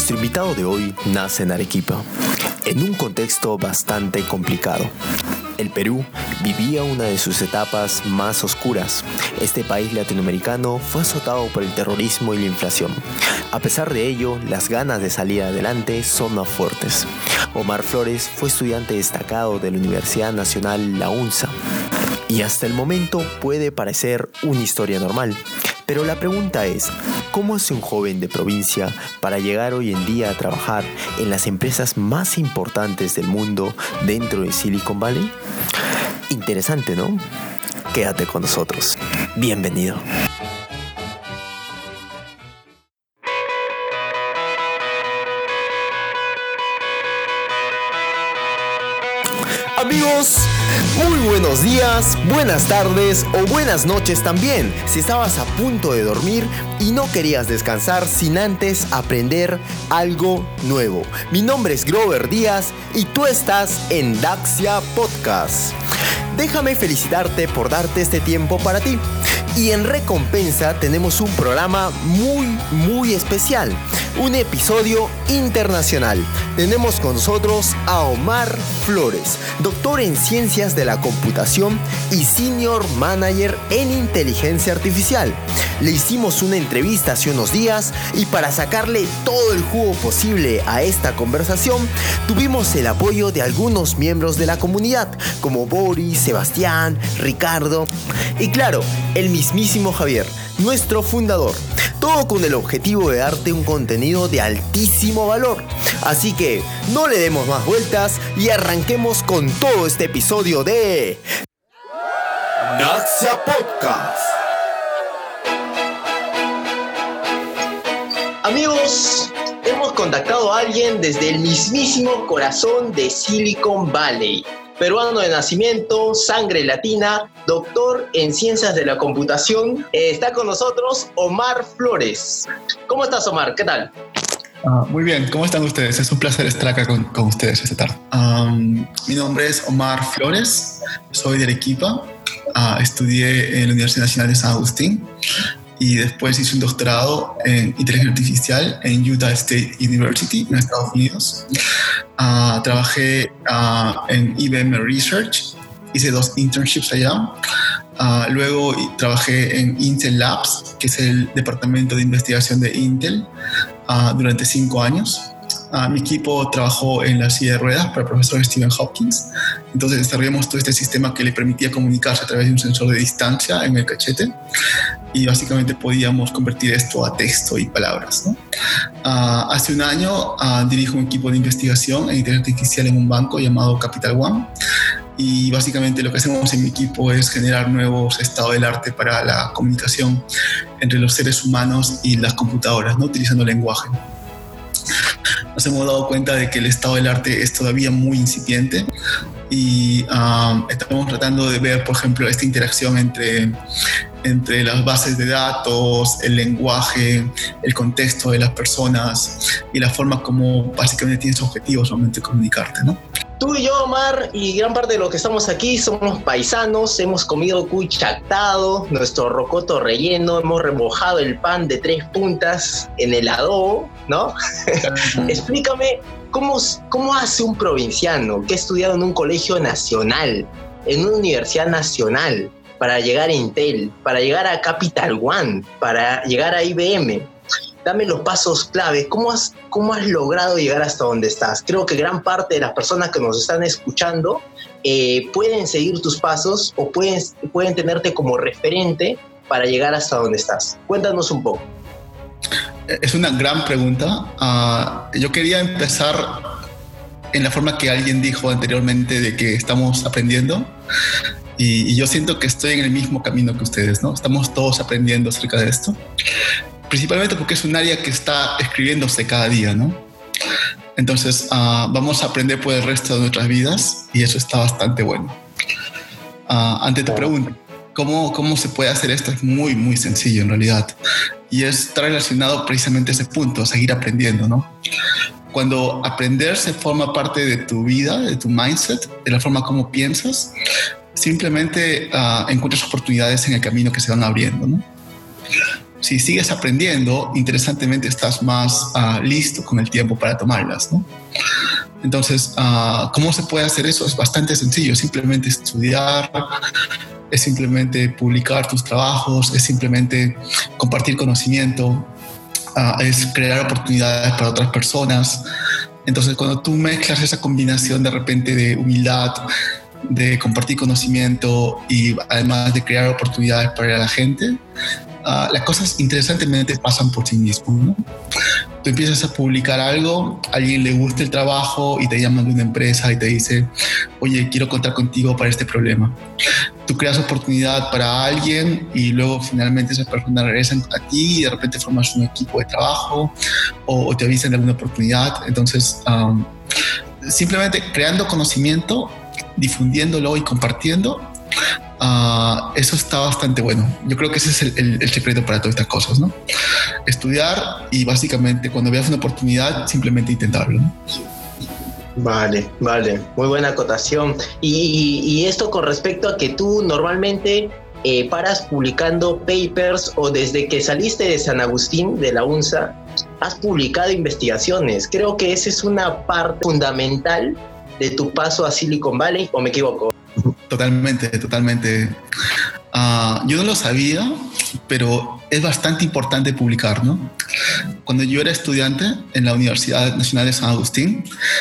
Nuestro invitado de hoy nace en Arequipa, en un contexto bastante complicado. El Perú vivía una de sus etapas más oscuras. Este país latinoamericano fue azotado por el terrorismo y la inflación. A pesar de ello, las ganas de salir adelante son más fuertes. Omar Flores fue estudiante destacado de la Universidad Nacional La UNSA. Y hasta el momento puede parecer una historia normal. Pero la pregunta es, ¿cómo hace un joven de provincia para llegar hoy en día a trabajar en las empresas más importantes del mundo dentro de Silicon Valley? Interesante, ¿no? Quédate con nosotros. Bienvenido. Amigos, muy buenos días, buenas tardes o buenas noches también. Si estabas a punto de dormir y no querías descansar sin antes aprender algo nuevo. Mi nombre es Grover Díaz y tú estás en Daxia Podcast. Déjame felicitarte por darte este tiempo para ti. Y en recompensa tenemos un programa muy especial. Un episodio internacional. Tenemos con nosotros a Omar Flores, doctor en Ciencias de la Computación y Senior Manager en Inteligencia Artificial. Le hicimos una entrevista hace unos días y para sacarle todo el jugo posible a esta conversación, tuvimos el apoyo de algunos miembros de la comunidad, como Boris, Sebastián, Ricardo y claro, el mismísimo Javier, nuestro fundador. Todo con el objetivo de darte un contenido de altísimo valor. Así que no le demos más vueltas y arranquemos con todo este episodio de Daxia Podcast. Amigos, hemos contactado a alguien desde el mismísimo corazón de Silicon Valley. Peruano de nacimiento, sangre latina, doctor en Ciencias de la Computación. Está con nosotros Omar Flores. ¿Cómo estás, Omar? ¿Qué tal? Muy bien, ¿cómo están ustedes? Es un placer estar acá con ustedes esta tarde. Mi nombre es Omar Flores, soy de Arequipa. Estudié en la Universidad Nacional de San Agustín y después hice un doctorado en inteligencia artificial en Utah State University en Estados Unidos. Trabajé en IBM Research, hice 2 internships allá. Luego trabajé en Intel Labs, que es el departamento de investigación de Intel, durante 5 años. Mi equipo trabajó en la silla de ruedas para el profesor Stephen Hopkins. Entonces desarrollamos todo este sistema que le permitía comunicarse a través de un sensor de distancia en el cachete y básicamente podíamos convertir esto a texto y palabras, ¿no? Hace un año dirijo un equipo de investigación en inteligencia artificial en un banco llamado Capital One. Y básicamente lo que hacemos en mi equipo es generar nuevos estados del arte para la comunicación entre los seres humanos y las computadoras, ¿no? Utilizando lenguaje. Nos hemos dado cuenta de que el estado del arte es todavía muy incipiente y estamos tratando de ver, por ejemplo, esta interacción entre las bases de datos, el lenguaje, el contexto de las personas y la forma como básicamente tienes objetivos realmente comunicarte, ¿no? Tú y yo, Omar, y gran parte de los que estamos aquí somos paisanos, hemos comido cuy chactado, nuestro rocoto relleno, hemos remojado el pan de 3 puntas en el adobo, ¿no? Explícame, ¿cómo hace un provinciano que ha estudiado en un colegio nacional, en una universidad nacional, para llegar a Intel, para llegar a Capital One, para llegar a IBM? Dame los pasos clave. ¿Cómo has logrado llegar hasta donde estás? Creo que gran parte de las personas que nos están escuchando pueden seguir tus pasos o pueden tenerte como referente para llegar hasta donde estás. Cuéntanos un poco. Es una gran pregunta. Yo quería empezar en la forma que alguien dijo anteriormente de que estamos aprendiendo. Y yo siento que estoy en el mismo camino que ustedes, ¿no? Estamos todos aprendiendo acerca de esto. Principalmente porque es un área que está escribiéndose cada día, ¿no? Entonces, vamos a aprender por el resto de nuestras vidas y eso está bastante bueno. Ante tu pregunta, ¿cómo se puede hacer esto? Es muy sencillo en realidad. Y está relacionado precisamente a ese punto, seguir aprendiendo, ¿no? Cuando aprender se forma parte de tu vida, de tu mindset, de la forma como piensas, simplemente encuentras oportunidades en el camino que se van abriendo, ¿no? si sigues aprendiendo, interesantemente estás más listo con el tiempo para tomarlas, ¿no? Entonces, ¿cómo se puede hacer eso? Es bastante sencillo, es simplemente estudiar, es simplemente publicar tus trabajos, es simplemente compartir conocimiento, es crear oportunidades para otras personas. Entonces, cuando tú mezclas esa combinación de repente de humildad, de compartir conocimiento y además de crear oportunidades para la gente, las cosas interesantemente pasan por sí mismos, ¿no? Tú empiezas a publicar algo, a alguien le gusta el trabajo y te llaman de una empresa y te dice, oye, quiero contar contigo para este problema. Tú creas oportunidad para alguien y luego finalmente esas personas regresan a ti y de repente formas un equipo de trabajo o te avisan de alguna oportunidad. Entonces, simplemente creando conocimiento, difundiéndolo y compartiendo, eso está bastante bueno. Yo creo que ese es el secreto para todas estas cosas, ¿no? Estudiar y básicamente cuando veas una oportunidad, simplemente intentarlo, ¿no? Vale, muy buena acotación. Y esto con respecto a que tú normalmente paras publicando papers o desde que saliste de San Agustín, de la UNSA, has publicado investigaciones. Creo que esa es una parte fundamental de tu paso a Silicon Valley, ¿o me equivoco? Totalmente. Yo no lo sabía, pero es bastante importante publicar, ¿no? Cuando yo era estudiante en la Universidad Nacional de San Agustín,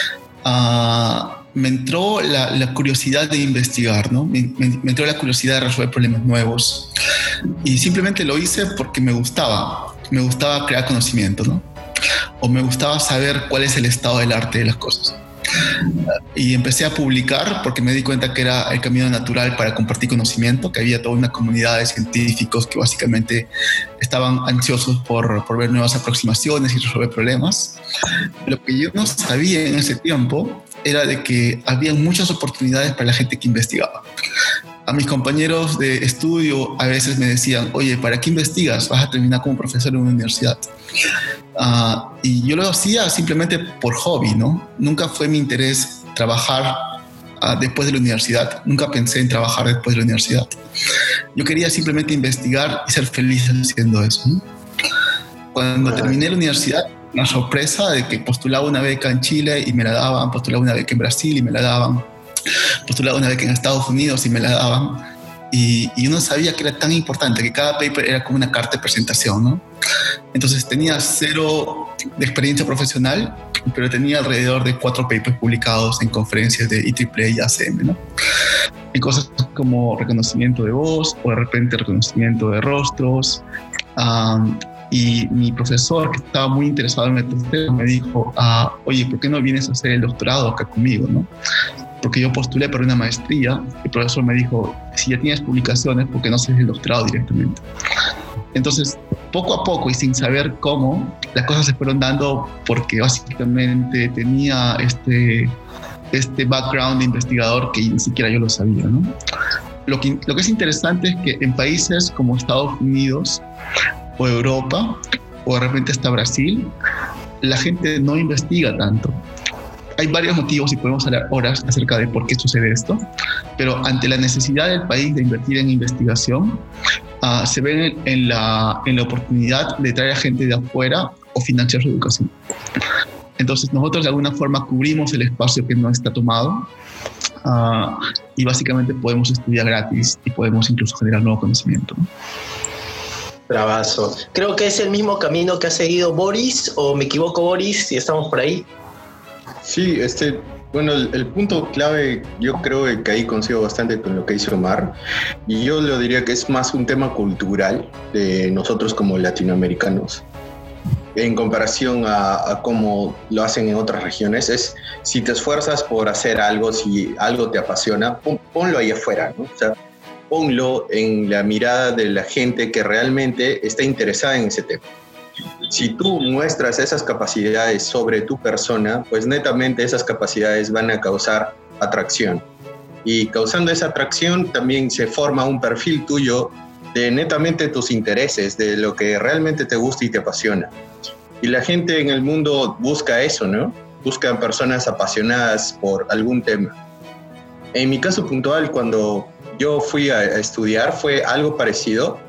me entró la curiosidad de investigar, ¿no? Me entró la curiosidad de resolver problemas nuevos y simplemente lo hice porque me gustaba crear conocimiento, ¿no? O me gustaba saber cuál es el estado del arte de las cosas. Y empecé a publicar porque me di cuenta que era el camino natural para compartir conocimiento, que había toda una comunidad de científicos que básicamente estaban ansiosos por ver nuevas aproximaciones y resolver problemas. Lo que yo no sabía en ese tiempo era de que había muchas oportunidades para la gente que investigaba. A mis compañeros de estudio a veces me decían, oye, ¿para qué investigas? Vas a terminar como profesor en una universidad. Y yo lo hacía simplemente por hobby, ¿no? Nunca fue mi interés trabajar después de la universidad. Nunca pensé en trabajar después de la universidad. Yo quería simplemente investigar y ser feliz haciendo eso, ¿no? Cuando terminé la universidad, una sorpresa de que postulaba una beca en Chile y me la daban, postulaba una beca en Brasil y me la daban, postulaba una beca en Estados Unidos y me la daban. Y uno sabía que era tan importante, que cada paper era como una carta de presentación, ¿no? Entonces tenía 0 de experiencia profesional, pero tenía alrededor de 4 papers publicados en conferencias de IEEE y ACM, ¿no? En cosas como reconocimiento de voz o de repente reconocimiento de rostros. Y mi profesor, que estaba muy interesado en el tema, me dijo, oye, ¿por qué no vienes a hacer el doctorado acá conmigo, no? Porque yo postulé para una maestría. El profesor me dijo, si ya tienes publicaciones, ¿por qué no haces el doctorado directamente? Entonces, poco a poco y sin saber cómo, las cosas se fueron dando porque básicamente tenía este background de investigador que ni siquiera yo lo sabía, ¿no? Lo que es interesante es que en países como Estados Unidos o Europa o de repente hasta Brasil, la gente no investiga tanto. Hay varios motivos y podemos hablar horas acerca de por qué sucede esto, pero ante la necesidad del país de invertir en investigación, se ven en la oportunidad de traer a gente de afuera o financiar su educación. Entonces nosotros de alguna forma cubrimos el espacio que no está tomado y básicamente podemos estudiar gratis y podemos incluso generar nuevo conocimiento, ¿no? Bravazo. Creo que es el mismo camino que ha seguido Boris, o me equivoco, Boris, si estamos por ahí. Sí, bueno, el punto clave, yo creo que ahí coincido bastante con lo que dice Omar, y yo lo diría que es más un tema cultural de nosotros como latinoamericanos, en comparación a cómo lo hacen en otras regiones. Es, si te esfuerzas por hacer algo, si algo te apasiona, ponlo ahí afuera, ¿no? O sea, ponlo en la mirada de la gente que realmente está interesada en ese tema. Si tú muestras esas capacidades sobre tu persona, pues netamente esas capacidades van a causar atracción. Y causando esa atracción también se forma un perfil tuyo de netamente tus intereses, de lo que realmente te gusta y te apasiona. Y la gente en el mundo busca eso, ¿no? Buscan personas apasionadas por algún tema. En mi caso puntual, cuando yo fui a estudiar, fue algo parecido.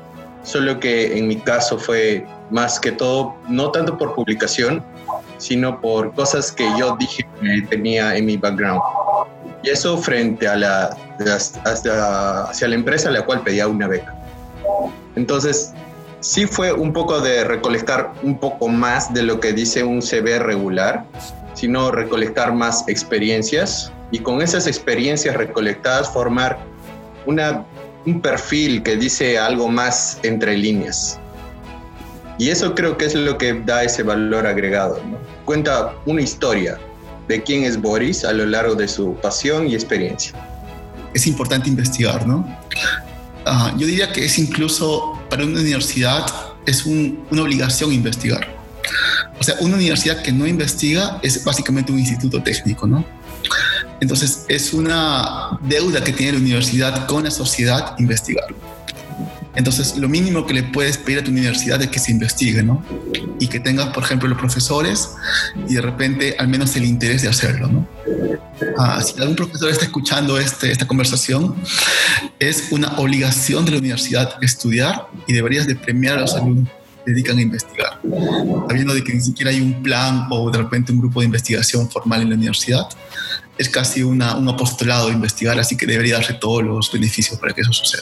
solo que en mi caso fue más que todo, no tanto por publicación, sino por cosas que yo dije que tenía en mi background. Y eso frente a hacia la empresa a la cual pedía una beca. Entonces, sí fue un poco de recolectar un poco más de lo que dice un CV regular, sino recolectar más experiencias y con esas experiencias recolectadas formar un perfil que dice algo más entre líneas. Y eso creo que es lo que da ese valor agregado, ¿no? Cuenta una historia de quién es Boris a lo largo de su pasión y experiencia. Es importante investigar, ¿no? Yo diría que es incluso para una universidad es una obligación investigar. O sea, una universidad que no investiga es básicamente un instituto técnico, ¿no? Entonces es una deuda que tiene la universidad con la sociedad investigar. Entonces, lo mínimo que le puedes pedir a tu universidad es que se investigue, ¿no? Y que tengas, por ejemplo, los profesores y de repente al menos el interés de hacerlo, ¿no? Si algún profesor está escuchando esta conversación, es una obligación de la universidad estudiar y deberías de premiar a los alumnos que se dedican a investigar. Sabiendo de que ni siquiera hay un plan o de repente un grupo de investigación formal en la universidad, es casi un apostolado de investigar, así que debería darse todos los beneficios para que eso suceda.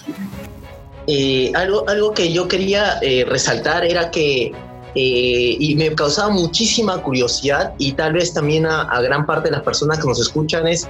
Algo que yo quería resaltar era que, y me causaba muchísima curiosidad, y tal vez también a gran parte de las personas que nos escuchan, es,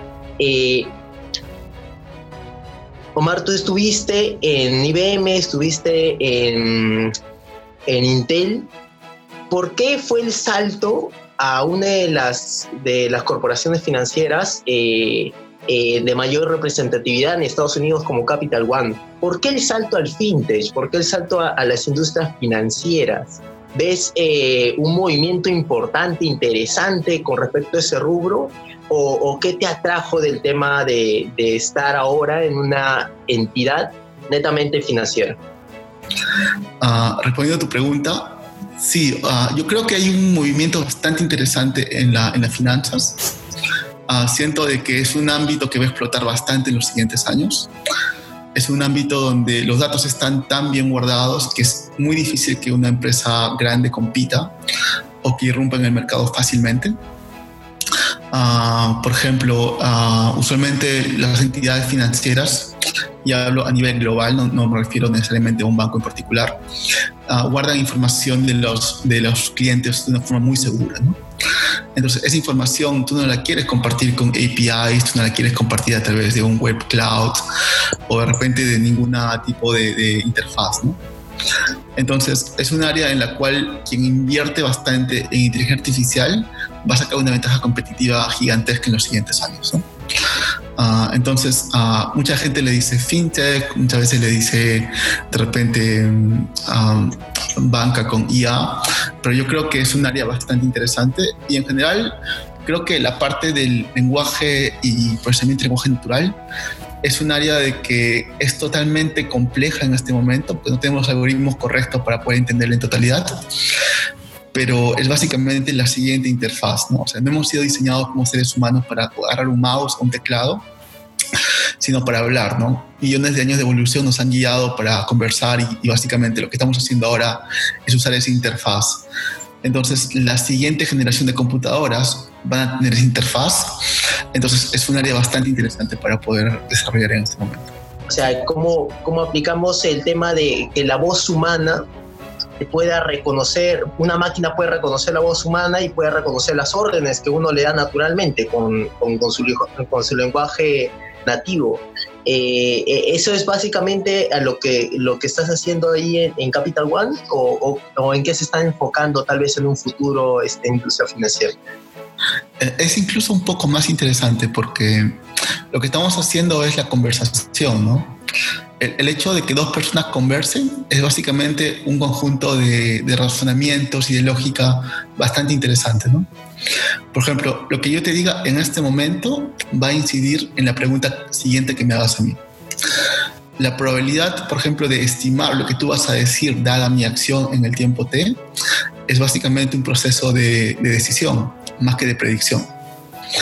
Omar, tú estuviste en IBM, estuviste en Intel. ¿Por qué fue el salto a una de las corporaciones financieras de mayor representatividad en Estados Unidos como Capital One? ¿Por qué el salto al fintech? ¿Por qué el salto a las industrias financieras? ¿Ves un movimiento importante, interesante con respecto a ese rubro? ¿O qué te atrajo del tema de estar ahora en una entidad netamente financiera? Respondiendo a tu pregunta, sí, yo creo que hay un movimiento bastante interesante en las finanzas. Siento de que es un ámbito que va a explotar bastante en los siguientes años. Es un ámbito donde los datos están tan bien guardados que es muy difícil que una empresa grande compita o que irrumpa en el mercado fácilmente. Por ejemplo, usualmente las entidades financieras, y hablo a nivel global, no me refiero necesariamente a un banco en particular, guardan información de los clientes de una forma muy segura, ¿no? Entonces, esa información tú no la quieres compartir con APIs, tú no la quieres compartir a través de un web cloud o de repente de ningún tipo de interfaz, ¿no? Entonces, es un área en la cual quien invierte bastante en inteligencia artificial va a sacar una ventaja competitiva gigantesca en los siguientes años, ¿no? Entonces, mucha gente le dice fintech, muchas veces le dice de repente banca con IA, pero yo creo que es un área bastante interesante y en general creo que la parte del lenguaje y procesamiento de lenguaje natural es un área de que es totalmente compleja en este momento, porque no tenemos algoritmos correctos para poder entenderla en totalidad, pero es básicamente la siguiente interfaz, ¿no? O sea, no hemos sido diseñados como seres humanos para agarrar un mouse o un teclado, sino para hablar, ¿no? Millones de años de evolución nos han guiado para conversar y básicamente lo que estamos haciendo ahora es usar esa interfaz. Entonces, la siguiente generación de computadoras van a tener esa interfaz. Entonces, es un área bastante interesante para poder desarrollar en este momento. O sea, ¿cómo aplicamos el tema de que la voz humana pueda reconocer, una máquina puede reconocer la voz humana y puede reconocer las órdenes que uno le da naturalmente con su lenguaje nativo? ¿Eso es básicamente a lo que estás haciendo ahí en Capital One o en qué se están enfocando tal vez en un futuro industria financiera? Es incluso un poco más interesante porque lo que estamos haciendo es la conversación, ¿no? El hecho de que dos personas conversen es básicamente un conjunto de razonamientos y de lógica bastante interesante, ¿no? Por ejemplo, lo que yo te diga en este momento va a incidir en la pregunta siguiente que me hagas a mí. La probabilidad, por ejemplo, de estimar lo que tú vas a decir dada mi acción en el tiempo T es básicamente un proceso de decisión más que de predicción.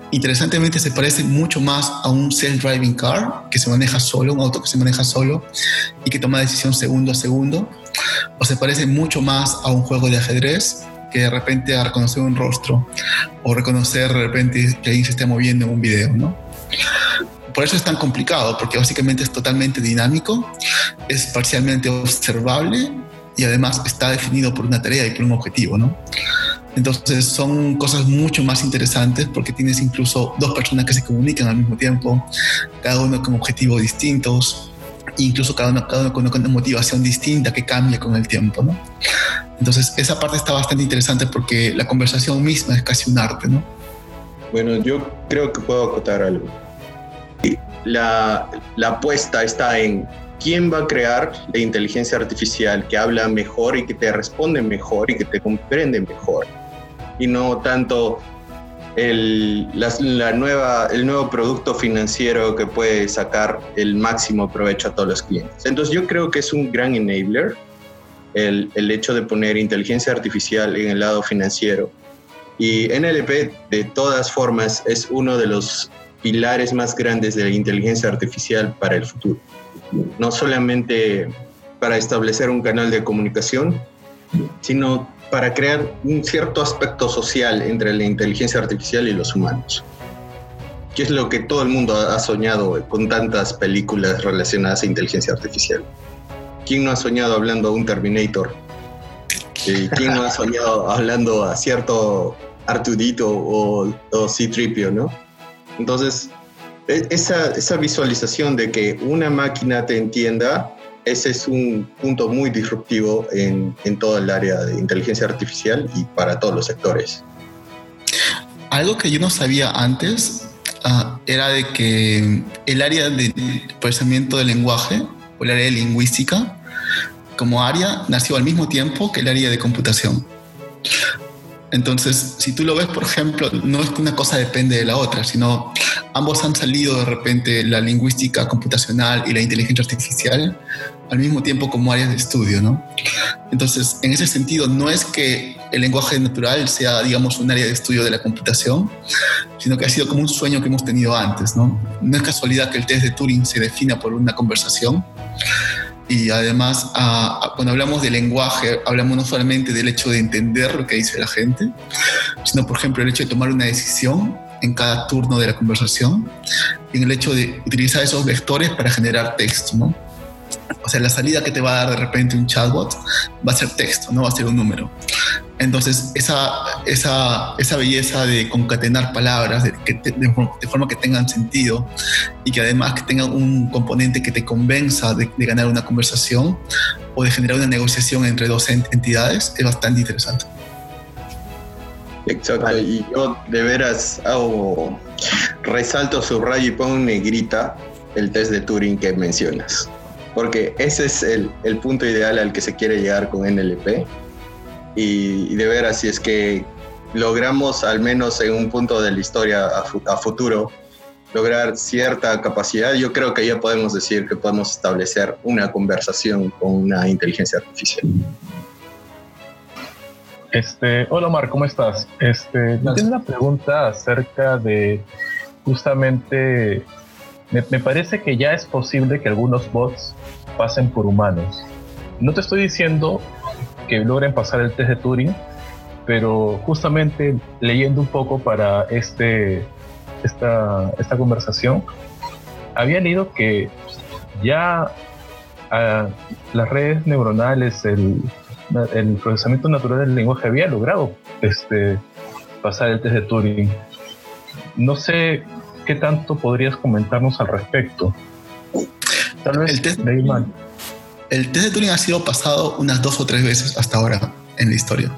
interesantemente se parece mucho más a un self-driving car que se maneja solo, un auto que se maneja solo y que toma decisión segundo a segundo, o se parece mucho más a un juego de ajedrez que de repente a reconocer un rostro o reconocer de repente que alguien se esté moviendo en un video, ¿no? Por eso es tan complicado, porque básicamente es totalmente dinámico, es parcialmente observable y además está definido por una tarea y por un objetivo, ¿no? Entonces son cosas mucho más interesantes porque tienes incluso dos personas que se comunican al mismo tiempo, cada uno con objetivos distintos, incluso cada uno con una motivación distinta que cambia con el tiempo, ¿no? Entonces esa parte está bastante interesante porque la conversación misma es casi un arte, ¿no? Bueno, yo creo que puedo acotar algo. La apuesta está en quién va a crear la inteligencia artificial que habla mejor y que te responde mejor y que te comprende mejor. Y no tanto el nuevo producto financiero que puede sacar el máximo provecho a todos los clientes. Entonces yo creo que es un gran enabler el hecho de poner inteligencia artificial en el lado financiero. Y NLP, de todas formas, es uno de los pilares más grandes de la inteligencia artificial para el futuro. No solamente para establecer un canal de comunicación, sino para crear un cierto aspecto social entre la inteligencia artificial y los humanos, que es lo que todo el mundo ha soñado con tantas películas relacionadas a inteligencia artificial. ¿Quién no ha soñado hablando a un Terminator? ¿Quién no ha soñado hablando a cierto R2D2 o C-3PO, ¿no? Entonces, esa visualización de que una máquina te entienda, ese es un punto muy disruptivo en todo el área de inteligencia artificial y para todos los sectores. Algo que yo no sabía antes era de que el área de procesamiento del lenguaje o el área de lingüística como área nació al mismo tiempo que el área de computación. Entonces, si tú lo ves, por ejemplo, no es que una cosa depende de la otra, sino ambos han salido de repente la lingüística computacional y la inteligencia artificial al mismo tiempo como áreas de estudio, ¿no? Entonces, en ese sentido, no es que el lenguaje natural sea, digamos, un área de estudio de la computación, sino que ha sido como un sueño que hemos tenido antes, ¿no? No es casualidad que el test de Turing se defina por una conversación. Y además, cuando hablamos de lenguaje, hablamos no solamente del hecho de entender lo que dice la gente, sino, por ejemplo, el hecho de tomar una decisión en cada turno de la conversación, y en el hecho de utilizar esos vectores para generar texto, ¿no? O sea, la salida que te va a dar de repente un chatbot va a ser texto, no va a ser un número. Entonces, esa belleza de concatenar palabras de forma que tengan sentido y que además que tengan un componente que te convenza de ganar una conversación o de generar una negociación entre dos entidades es bastante interesante. Exacto, vale. Y yo de veras resalto, subrayo y pongo en negrita el test de Turing que mencionas, porque ese es el punto ideal al que se quiere llegar con NLP. Y de veras, si es que logramos, al menos en un punto de la historia a futuro, lograr cierta capacidad, yo creo que ya podemos decir que podemos establecer una conversación con una inteligencia artificial. Hola Omar, ¿cómo estás? Yo tengo una pregunta acerca de justamente, me parece que ya es posible que algunos bots pasen por humanos. No te estoy diciendo que logren pasar el test de Turing, pero justamente leyendo un poco para esta conversación, había leído que ya las redes neuronales, el procesamiento natural del lenguaje había logrado pasar el test de Turing. No sé qué tanto podrías comentarnos al respecto. Tal vez leí mal. El test de Turing ha sido pasado unas 2 o 3 veces hasta ahora en la historia.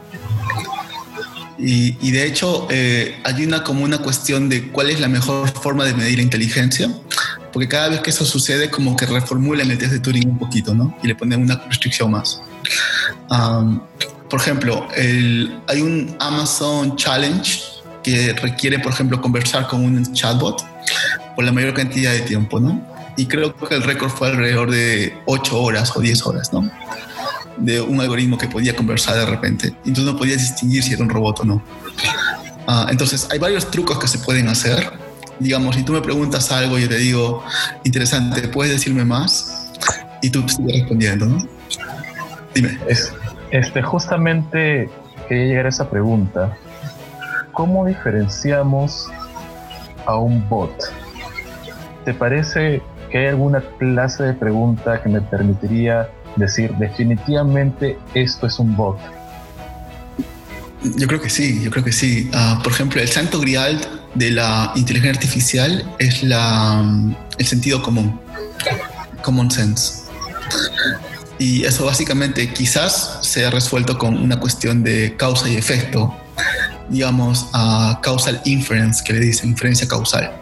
Y de hecho hay una cuestión de cuál es la mejor forma de medir la inteligencia, porque cada vez que eso sucede como que reformulan el test de Turing un poquito, ¿no? Y le ponen una restricción más. Por ejemplo, hay un Amazon Challenge que requiere, por ejemplo, conversar con un chatbot por la mayor cantidad de tiempo, ¿no? Y creo que el récord fue alrededor de 8 horas o 10 horas, ¿no? De un algoritmo que podía conversar de repente. Entonces no podías distinguir si era un robot o no. Entonces, hay varios trucos que se pueden hacer. Digamos, si tú me preguntas algo y yo te digo, interesante, ¿puedes decirme más? Y tú sigues respondiendo, ¿no? Dime. Justamente quería llegar a esa pregunta. ¿Cómo diferenciamos a un bot? ¿Te parece que hay alguna clase de pregunta que me permitiría decir definitivamente esto es un bot? Yo creo que sí. Por ejemplo, el santo grial de la inteligencia artificial es el sentido común, common sense. Y eso básicamente quizás sea resuelto con una cuestión de causa y efecto, digamos, causal inference, que le dicen, inferencia causal.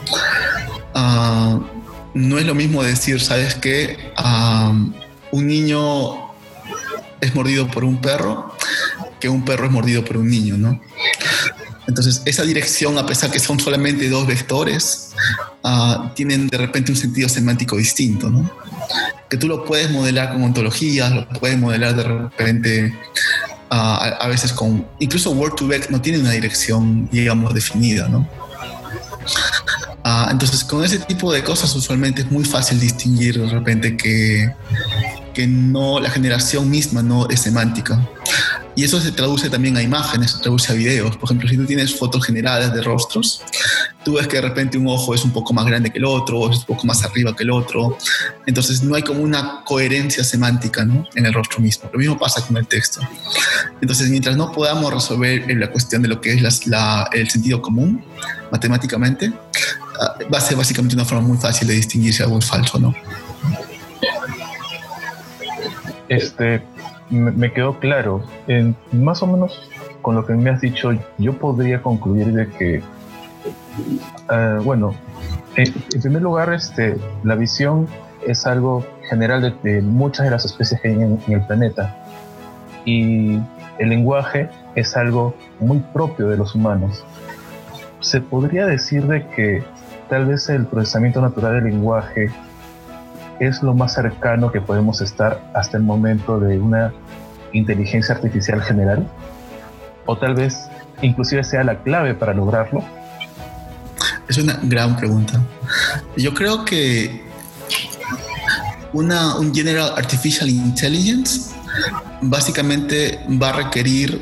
No es lo mismo decir, ¿sabes qué? Un niño es mordido por un perro que un perro es mordido por un niño, ¿no? Entonces, esa dirección, a pesar que son solamente dos vectores, tienen de repente un sentido semántico distinto, ¿no? Que tú lo puedes modelar con ontologías, lo puedes modelar de repente a veces con... Incluso Word2Vec no tiene una dirección, digamos, definida, ¿no? Entonces, con ese tipo de cosas usualmente es muy fácil distinguir de repente que no, la generación misma no es semántica. Y eso se traduce también a imágenes, se traduce a videos. Por ejemplo, si tú tienes fotos generadas de rostros, tú ves que de repente un ojo es un poco más grande que el otro, o es un poco más arriba que el otro. Entonces no hay como una coherencia semántica, ¿no?, en el rostro mismo. Lo mismo pasa con el texto. Entonces, mientras no podamos resolver la cuestión de lo que es el sentido común matemáticamente, va a ser básicamente una forma muy fácil de distinguir si algo es falso o no. Me quedó claro. Más o menos con lo que me has dicho, yo podría concluir de que, en primer lugar, la visión es algo general de muchas de las especies que hay en el planeta, y el lenguaje es algo muy propio de los humanos. Se podría decir de que tal vez el procesamiento natural del lenguaje es lo más cercano que podemos estar hasta el momento de una inteligencia artificial general, o tal vez inclusive sea la clave para lograrlo. Es una gran pregunta. Yo creo que un General Artificial Intelligence básicamente va a requerir,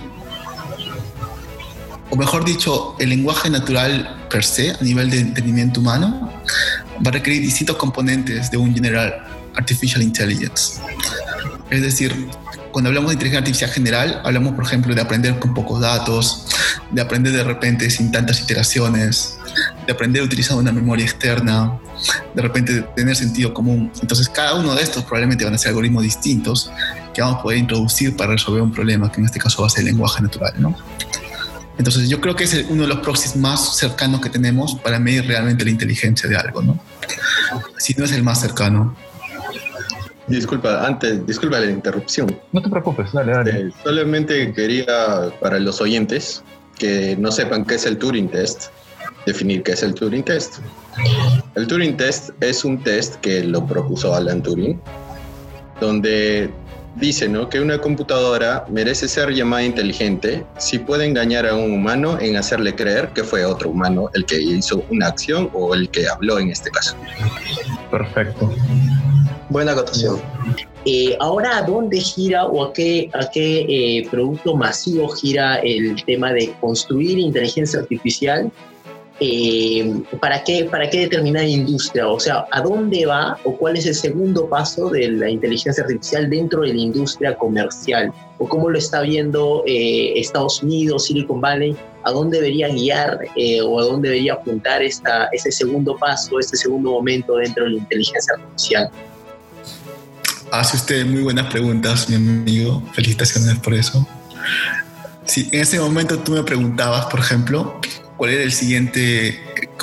o mejor dicho, el lenguaje natural per se, a nivel de entendimiento humano, va a requerir distintos componentes de un General Artificial Intelligence. Es decir, cuando hablamos de inteligencia artificial general, hablamos, por ejemplo, de aprender con pocos datos, de aprender de repente sin tantas iteraciones, de aprender utilizando una memoria externa, de repente de tener sentido común. Entonces, cada uno de estos probablemente van a ser algoritmos distintos que vamos a poder introducir para resolver un problema, que en este caso va a ser el lenguaje natural, ¿no? Entonces, yo creo que es uno de los proxies más cercanos que tenemos para medir realmente la inteligencia de algo, ¿no? Si no es el más cercano. Disculpa la interrupción. No te preocupes, dale. Solamente quería, para los oyentes que no sepan qué es el Turing Test, definir qué es el Turing Test. El Turing Test es un test que lo propuso Alan Turing, donde dice, ¿no?, que una computadora merece ser llamada inteligente si puede engañar a un humano en hacerle creer que fue otro humano el que hizo una acción o el que habló en este caso. Perfecto. Buena acotación. Ahora, ¿a dónde gira o a qué producto masivo gira el tema de construir inteligencia artificial? ¿Para qué determinada industria? O sea, ¿a dónde va o cuál es el segundo paso de la inteligencia artificial dentro de la industria comercial? ¿O cómo lo está viendo Estados Unidos, Silicon Valley? ¿A dónde debería guiar o a dónde debería apuntar ese segundo paso, este segundo momento dentro de la inteligencia artificial? Hace usted muy buenas preguntas, mi amigo. Felicitaciones por eso. Si en ese momento tú me preguntabas, por ejemplo, cuál era la siguiente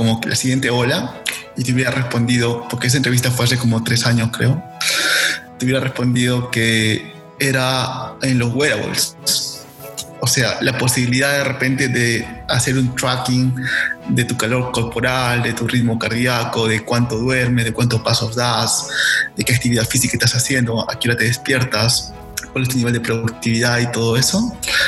ola, y te hubiera respondido, porque esa entrevista fue hace como 3 años, creo, te hubiera respondido que era en los wearables. O sea, la posibilidad de repente de hacer un tracking de tu calor corporal, de tu ritmo cardíaco, de cuánto duermes, de cuántos pasos das, de qué actividad física estás haciendo, a qué hora te despiertas, cuál es tu nivel de productividad y todo eso.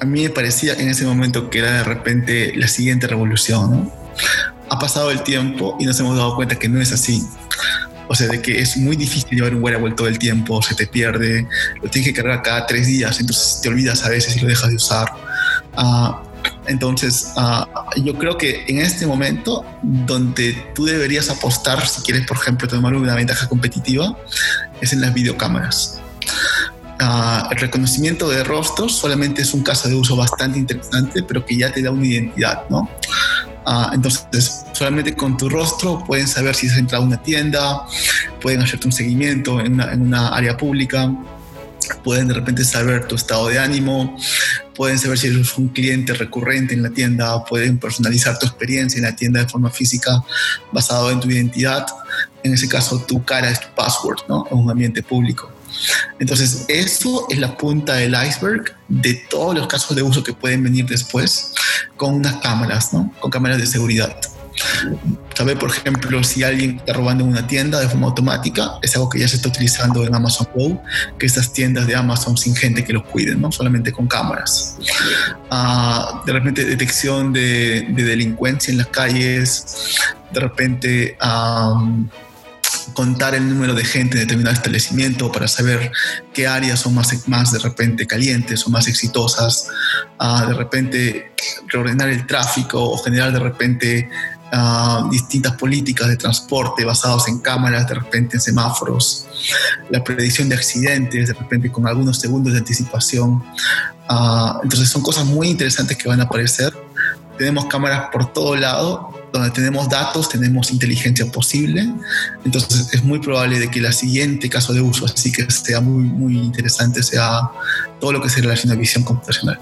a mí me parecía en ese momento que era de repente la siguiente revolución, ¿no? Ha pasado el tiempo y nos hemos dado cuenta que no es así. O sea, de que es muy difícil llevar un wearable todo el tiempo, se te pierde, lo tienes que cargar cada 3 días, entonces te olvidas a veces y lo dejas de usar. Entonces, yo creo que en este momento, donde tú deberías apostar, si quieres, por ejemplo, tomar una ventaja competitiva, es en las videocámaras. El reconocimiento de rostros solamente es un caso de uso bastante interesante, pero que ya te da una identidad, ¿no? Entonces, solamente con tu rostro pueden saber si has entrado a una tienda, pueden hacerte un seguimiento en una área pública, pueden de repente saber tu estado de ánimo, pueden saber si eres un cliente recurrente en la tienda, pueden personalizar tu experiencia en la tienda de forma física basado en tu identidad. En ese caso, tu cara es tu password, ¿no? En un ambiente público. Entonces, eso es la punta del iceberg de todos los casos de uso que pueden venir después con unas cámaras, ¿no? Con cámaras de seguridad. Saber, por ejemplo, si alguien está robando en una tienda de forma automática, es algo que ya se está utilizando en Amazon Go, que estas tiendas de Amazon sin gente que los cuiden, ¿no? Solamente con cámaras. De repente, detección de delincuencia en las calles, de repente contar el número de gente en determinado establecimiento para saber qué áreas son más de repente calientes o más exitosas, de repente reordenar el tráfico o generar de repente distintas políticas de transporte basadas en cámaras, de repente en semáforos, la predicción de accidentes, de repente con algunos segundos de anticipación. Entonces son cosas muy interesantes que van a aparecer. Tenemos cámaras por todo lado, donde tenemos datos, tenemos inteligencia posible. Entonces es muy probable de que el siguiente caso de uso, así que sea muy, muy interesante, sea todo lo que se relaciona a visión computacional.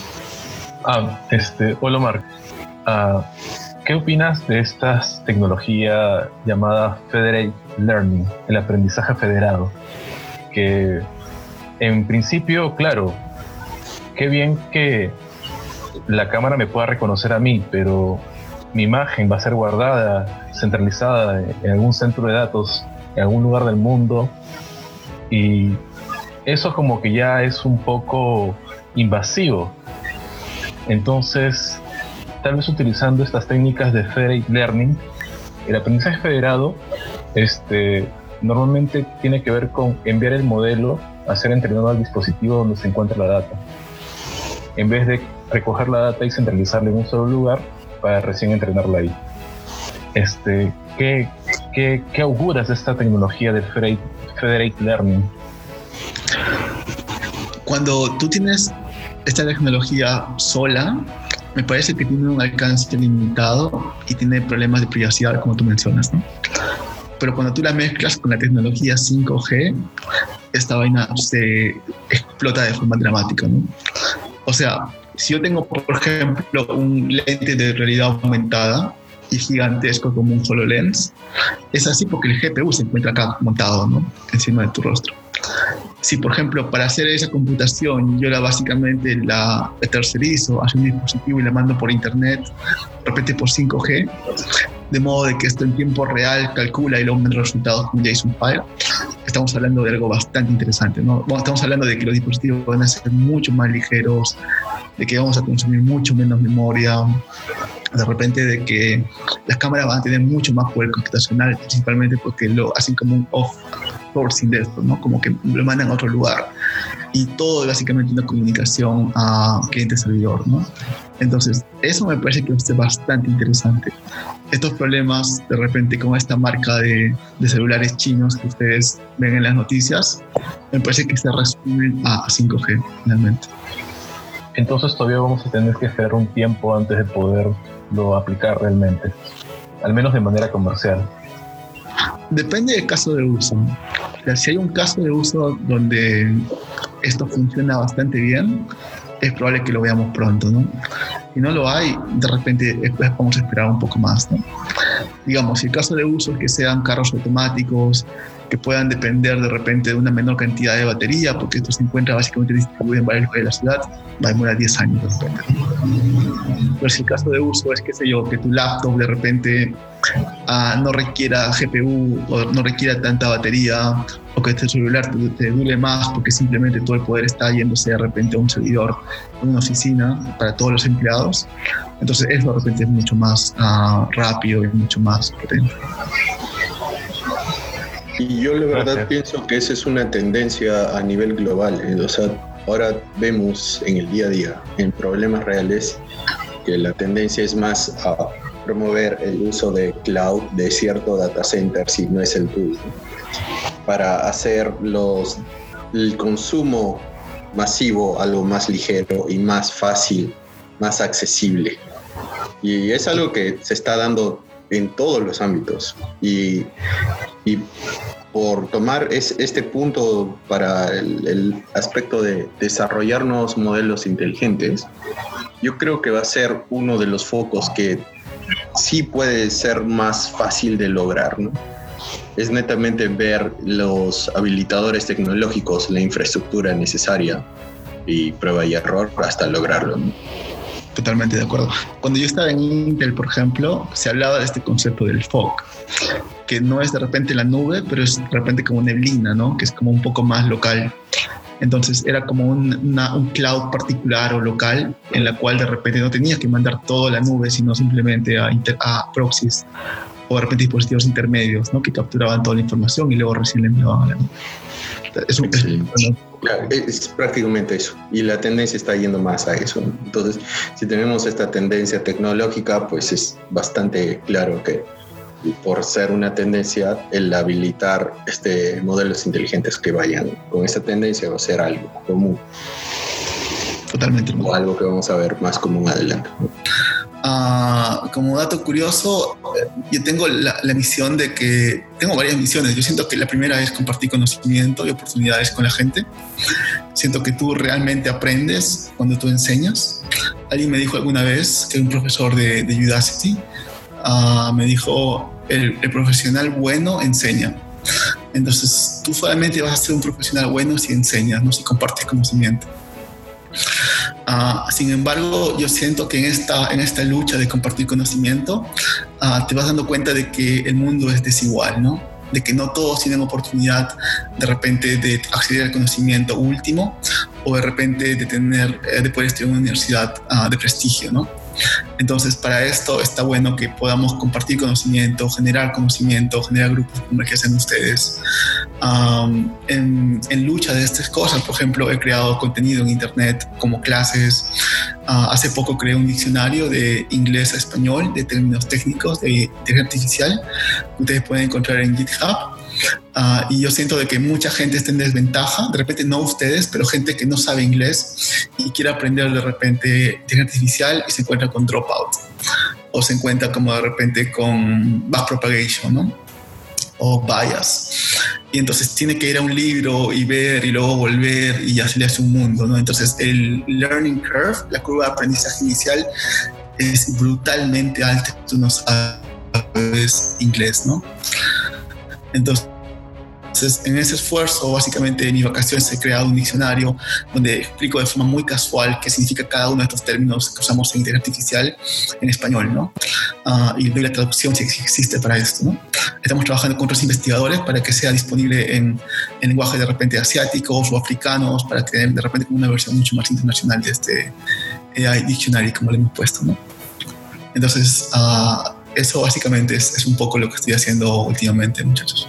Hola Omar, ¿qué opinas de esta tecnología llamada Federated Learning, el aprendizaje federado? Que en principio, claro, qué bien que la cámara me pueda reconocer a mí, pero mi imagen va a ser guardada, centralizada en algún centro de datos, en algún lugar del mundo, y eso como que ya es un poco invasivo. Entonces, tal vez utilizando estas técnicas de Federated Learning, el aprendizaje federado normalmente tiene que ver con enviar el modelo a ser entrenado al dispositivo donde se encuentra la data, en vez de recoger la data y centralizarla en un solo lugar para recién entrenarla ahí. ¿Qué auguras de esta tecnología de Federated Learning? Cuando tú tienes esta tecnología sola, me parece que tiene un alcance limitado y tiene problemas de privacidad, como tú mencionas, ¿no? Pero cuando tú la mezclas con la tecnología 5G, esta vaina se explota de forma dramática, ¿no? O sea, si yo tengo, por ejemplo, un lente de realidad aumentada y gigantesco como un HoloLens, es así porque el GPU se encuentra acá montado, ¿no? Encima de tu rostro. Si, por ejemplo, para hacer esa computación yo básicamente la tercerizo hacia un dispositivo y la mando por internet, de repente por 5G, de modo de que esto en tiempo real calcula y lo aumenta los resultados con JSON file, estamos hablando de algo bastante interesante, ¿no? Estamos hablando de que los dispositivos van a ser mucho más ligeros, de que vamos a consumir mucho menos memoria, de repente de que las cámaras van a tener mucho más poder computacional, principalmente porque lo hacen como un off-sourcing de esto, ¿no? Como que lo mandan a otro lugar. Y todo básicamente una comunicación a cliente-servidor, ¿no? Entonces, eso me parece que es bastante interesante. Estos problemas, de repente, con esta marca de celulares chinos que ustedes ven en las noticias, me parece que se resumen a 5G, finalmente. Entonces todavía vamos a tener que esperar un tiempo antes de poderlo aplicar realmente, al menos de manera comercial. Depende del caso de uso. O sea, si hay un caso de uso donde esto funciona bastante bien, es probable que lo veamos pronto, ¿no? Si no lo hay, de repente después vamos a esperar un poco más, ¿no? Digamos, si el caso de uso es que sean carros automáticos, que puedan depender de repente de una menor cantidad de batería, porque esto se encuentra básicamente distribuido en varios lugares de la ciudad, va a demorar 10 años de repente. Pero si el caso de uso es, qué sé yo, que tu laptop de repente no requiera GPU o no requiera tanta batería, o que tu celular te dure más porque simplemente todo el poder está yéndose de repente a un servidor, a una oficina para todos los empleados. Entonces eso de repente es mucho más rápido y mucho más potente. Y yo la verdad pienso que esa es una tendencia a nivel global. O sea, ahora vemos en el día a día, en problemas reales, que la tendencia es más a promover el uso de cloud de cierto data center, si no es el tuyo, para hacer el consumo masivo algo más ligero y más fácil, más accesible. Y es algo que se está dando en todos los ámbitos. Y por tomar este punto para el aspecto de desarrollar nuevos modelos inteligentes, yo creo que va a ser uno de los focos que sí puede ser más fácil de lograr, ¿no? Es netamente ver los habilitadores tecnológicos, la infraestructura necesaria y prueba y error hasta lograrlo, ¿no? Totalmente de acuerdo. Cuando yo estaba en Intel, por ejemplo, se hablaba de este concepto del fog, que no es de repente la nube, pero es de repente como neblina, ¿no? Que es como un poco más local. Entonces era como un cloud particular o local en la cual de repente no tenías que mandar todo a la nube, sino simplemente a proxies o de repente dispositivos intermedios, ¿no? Que capturaban toda la información y luego recién la enviaban a la nube. Es prácticamente eso, y la tendencia está yendo más a eso, ¿no? Entonces, si tenemos esta tendencia tecnológica, pues es bastante claro que por ser una tendencia, el habilitar modelos inteligentes que vayan con esa tendencia va a ser algo común. Totalmente. O algo que vamos a ver más común adelante. Como dato curioso, yo tengo la misión de que... Tengo varias misiones. Yo siento que la primera es compartir conocimiento y oportunidades con la gente. Siento que tú realmente aprendes cuando tú enseñas. Alguien me dijo alguna vez, que un profesor de Udacity, me dijo, el profesional bueno enseña. Entonces, tú solamente vas a ser un profesional bueno si enseñas, no si compartes conocimiento. Sin embargo, yo siento que en esta lucha de compartir conocimiento, te vas dando cuenta de que el mundo es desigual, ¿no? De que no todos tienen oportunidad de repente de acceder al conocimiento último o de repente de poder estudiar en una universidad de prestigio, ¿no? Entonces, para esto está bueno que podamos compartir conocimiento, generar grupos como el que hacen ustedes. En lucha de estas cosas, por ejemplo, he creado contenido en internet como clases. Hace poco creé un diccionario de inglés a español, de términos técnicos de inteligencia artificial, que ustedes pueden encontrar en GitHub. Y yo siento de que mucha gente está en desventaja, de repente no ustedes, pero gente que no sabe inglés y quiere aprender de repente inteligencia artificial y se encuentra con dropout o se encuentra como de repente con backpropagation, ¿no? O bias. Y entonces tiene que ir a un libro y ver y luego volver y ya se le hace un mundo, ¿no? Entonces el learning curve, la curva de aprendizaje inicial, es brutalmente alta. Tú no sabes inglés, ¿no? Entonces, en ese esfuerzo, básicamente en mis vacaciones he creado un diccionario donde explico de forma muy casual qué significa cada uno de estos términos que usamos en inteligencia artificial en español, ¿no? Y doy la traducción si existe para esto, ¿no? Estamos trabajando con otros investigadores para que sea disponible en lenguajes de repente asiáticos o africanos, para tener de repente una versión mucho más internacional de este AI Dictionary, como le hemos puesto, ¿no? Entonces, eso básicamente es un poco lo que estoy haciendo últimamente, muchachos.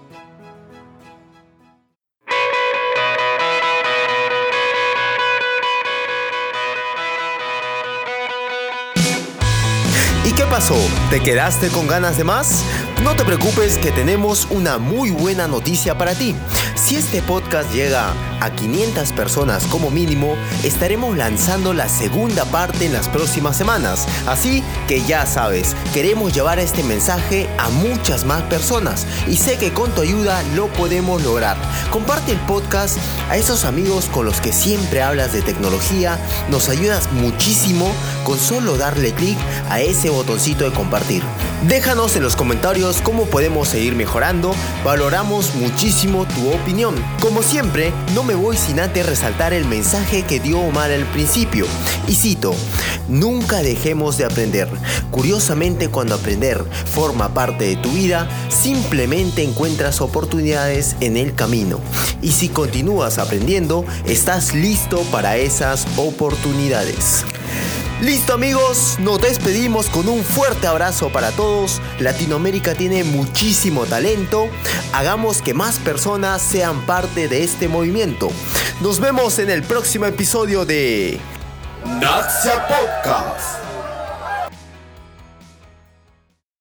¿Y qué pasó? ¿Te quedaste con ganas de más? No te preocupes, que tenemos una muy buena noticia para ti. Si este podcast llega a 500 personas como mínimo, estaremos lanzando la segunda parte en las próximas semanas. Así que ya sabes, queremos llevar este mensaje a muchas más personas y sé que con tu ayuda lo podemos lograr. Comparte el podcast a esos amigos con los que siempre hablas de tecnología. Nos ayudas muchísimo con solo darle clic a ese botoncito de compartir. Déjanos en los comentarios comentarios cómo podemos seguir mejorando. Valoramos muchísimo tu opinión. Como siempre, no me voy sin antes resaltar el mensaje que dio Omar al principio. Y cito: nunca dejemos de aprender. Curiosamente, cuando aprender forma parte de tu vida, simplemente encuentras oportunidades en el camino. Y si continúas aprendiendo, estás listo para esas oportunidades. Listo, amigos, nos despedimos con un fuerte abrazo para todos. Latinoamérica tiene muchísimo talento. Hagamos que más personas sean parte de este movimiento. Nos vemos en el próximo episodio de Naxia Podcast.